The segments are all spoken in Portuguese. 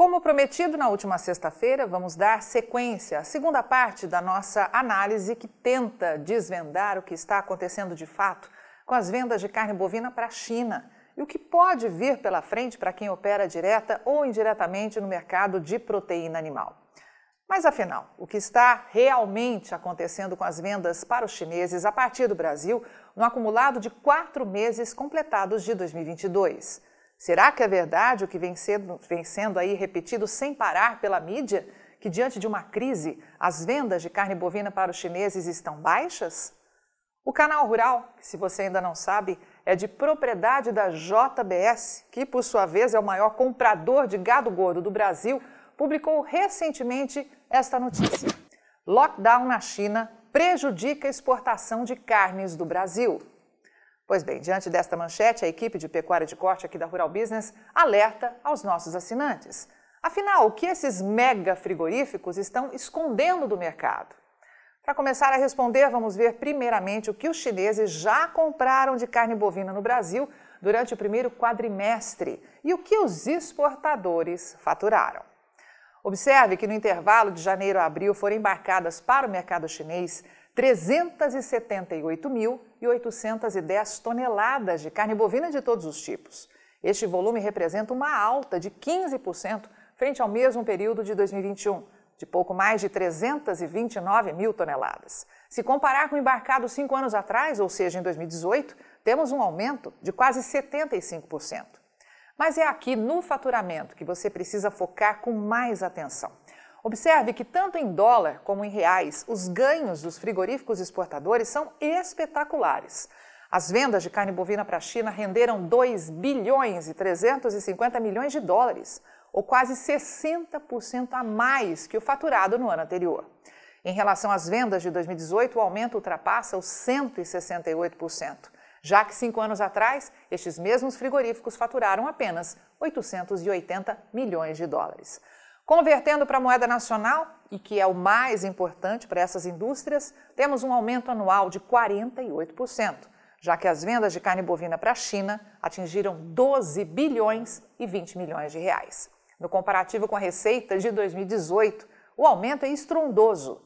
Como prometido na última sexta-feira, vamos dar sequência à segunda parte da nossa análise que tenta desvendar o que está acontecendo de fato com as vendas de carne bovina para a China e o que pode vir pela frente para quem opera direta ou indiretamente no mercado de proteína animal. Mas afinal, o que está realmente acontecendo com as vendas para os chineses a partir do Brasil no acumulado de 4 meses completados de 2022? Será que é verdade o que vem sendo aí repetido sem parar pela mídia, que diante de uma crise, as vendas de carne bovina para os chineses estão baixas? O Canal Rural, que se você ainda não sabe, é de propriedade da JBS, que por sua vez é o maior comprador de gado gordo do Brasil, publicou recentemente esta notícia. Lockdown na China prejudica a exportação de carnes do Brasil. Pois bem, diante desta manchete, a equipe de pecuária de corte aqui da Rural Business alerta aos nossos assinantes. Afinal, o que esses mega frigoríficos estão escondendo do mercado? Para começar a responder, vamos ver primeiramente o que os chineses já compraram de carne bovina no Brasil durante o primeiro quadrimestre e o que os exportadores faturaram. Observe que no intervalo de janeiro a abril foram embarcadas para o mercado chinês 378.810 toneladas de carne bovina de todos os tipos. Este volume representa uma alta de 15% frente ao mesmo período de 2021, de pouco mais de 329 mil toneladas. Se comparar com o embarcado 5 anos atrás, ou seja, em 2018, temos um aumento de quase 75%. Mas é aqui no faturamento que você precisa focar com mais atenção. Observe que tanto em dólar como em reais, os ganhos dos frigoríficos exportadores são espetaculares. As vendas de carne bovina para a China renderam 2 bilhões e 350 milhões de dólares, ou quase 60% a mais que o faturado no ano anterior. Em relação às vendas de 2018, o aumento ultrapassa os 168%, já que 5 anos atrás, estes mesmos frigoríficos faturaram apenas 880 milhões de dólares. Convertendo para a moeda nacional, e que é o mais importante para essas indústrias, temos um aumento anual de 48%, já que as vendas de carne bovina para a China atingiram 12 bilhões e 20 milhões de reais. No comparativo com a receita de 2018, o aumento é estrondoso,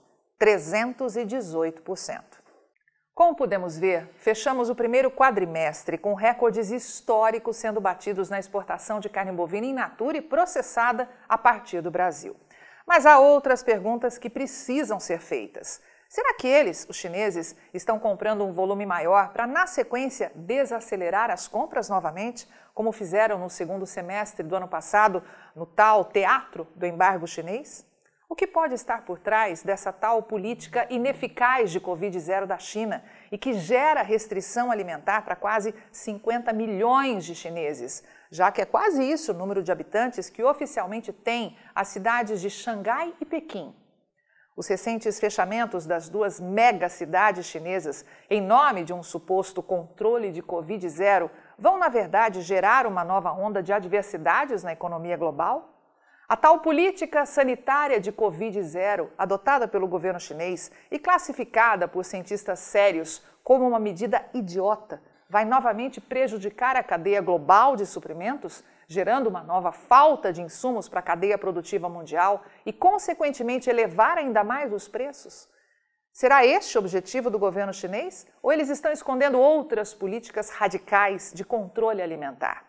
318%. Como podemos ver, fechamos o primeiro quadrimestre com recordes históricos sendo batidos na exportação de carne bovina in natura e processada a partir do Brasil. Mas há outras perguntas que precisam ser feitas. Será que eles, os chineses, estão comprando um volume maior para, na sequência, desacelerar as compras novamente, como fizeram no segundo semestre do ano passado, no tal teatro do embargo chinês? O que pode estar por trás dessa tal política ineficaz de Covid-0 da China e que gera restrição alimentar para quase 50 milhões de chineses, já que é quase isso o número de habitantes que oficialmente tem as cidades de Xangai e Pequim? Os recentes fechamentos das 2 megacidades chinesas, em nome de um suposto controle de Covid-0, vão, na verdade, gerar uma nova onda de adversidades na economia global? A tal política sanitária de Covid-0, adotada pelo governo chinês e classificada por cientistas sérios como uma medida idiota, vai novamente prejudicar a cadeia global de suprimentos, gerando uma nova falta de insumos para a cadeia produtiva mundial e, consequentemente, elevar ainda mais os preços? Será este o objetivo do governo chinês? Ou eles estão escondendo outras políticas radicais de controle alimentar?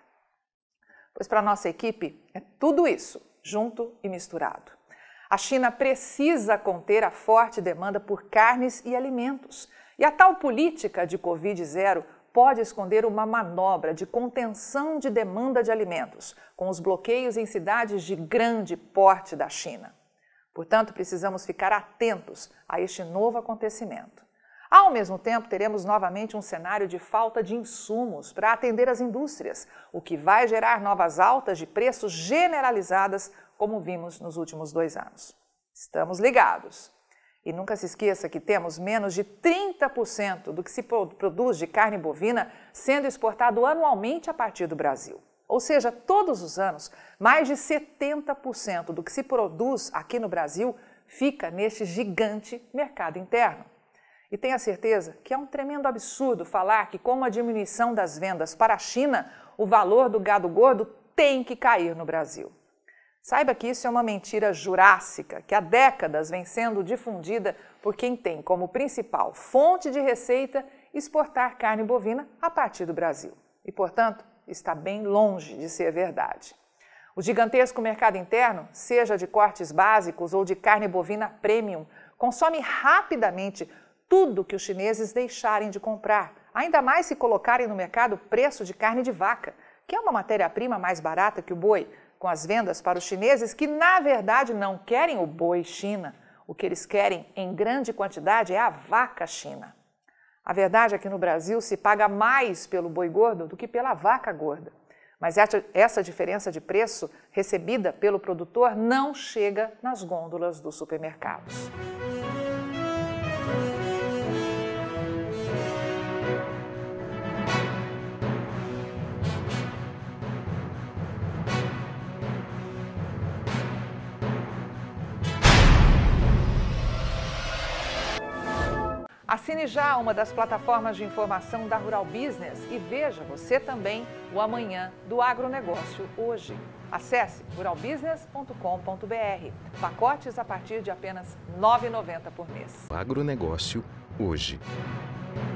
Pois para a nossa equipe é tudo isso, junto e misturado. A China precisa conter a forte demanda por carnes e alimentos. E a tal política de Covid-0 pode esconder uma manobra de contenção de demanda de alimentos, com os bloqueios em cidades de grande porte da China. Portanto, precisamos ficar atentos a este novo acontecimento. Ao mesmo tempo, teremos novamente um cenário de falta de insumos para atender as indústrias, o que vai gerar novas altas de preços generalizadas, como vimos nos últimos 2 anos. Estamos ligados. E nunca se esqueça que temos menos de 30% do que se produz de carne bovina sendo exportado anualmente a partir do Brasil. Ou seja, todos os anos, mais de 70% do que se produz aqui no Brasil fica neste gigante mercado interno. E tenha certeza que é um tremendo absurdo falar que, com a diminuição das vendas para a China, o valor do gado gordo tem que cair no Brasil. Saiba que isso é uma mentira jurássica que há décadas vem sendo difundida por quem tem como principal fonte de receita exportar carne bovina a partir do Brasil. E, portanto, está bem longe de ser verdade. O gigantesco mercado interno, seja de cortes básicos ou de carne bovina premium, consome rapidamente tudo que os chineses deixarem de comprar, ainda mais se colocarem no mercado preço de carne de vaca, que é uma matéria-prima mais barata que o boi, com as vendas para os chineses que, na verdade, não querem o boi China. O que eles querem em grande quantidade é a vaca China. A verdade é que no Brasil se paga mais pelo boi gordo do que pela vaca gorda. Mas essa diferença de preço recebida pelo produtor não chega nas gôndolas dos supermercados. Assine já uma das plataformas de informação da Rural Business e veja você também o Amanhã do Agronegócio hoje. Acesse ruralbusiness.com.br. Pacotes a partir de apenas R$ 9,90 por mês. Agronegócio hoje.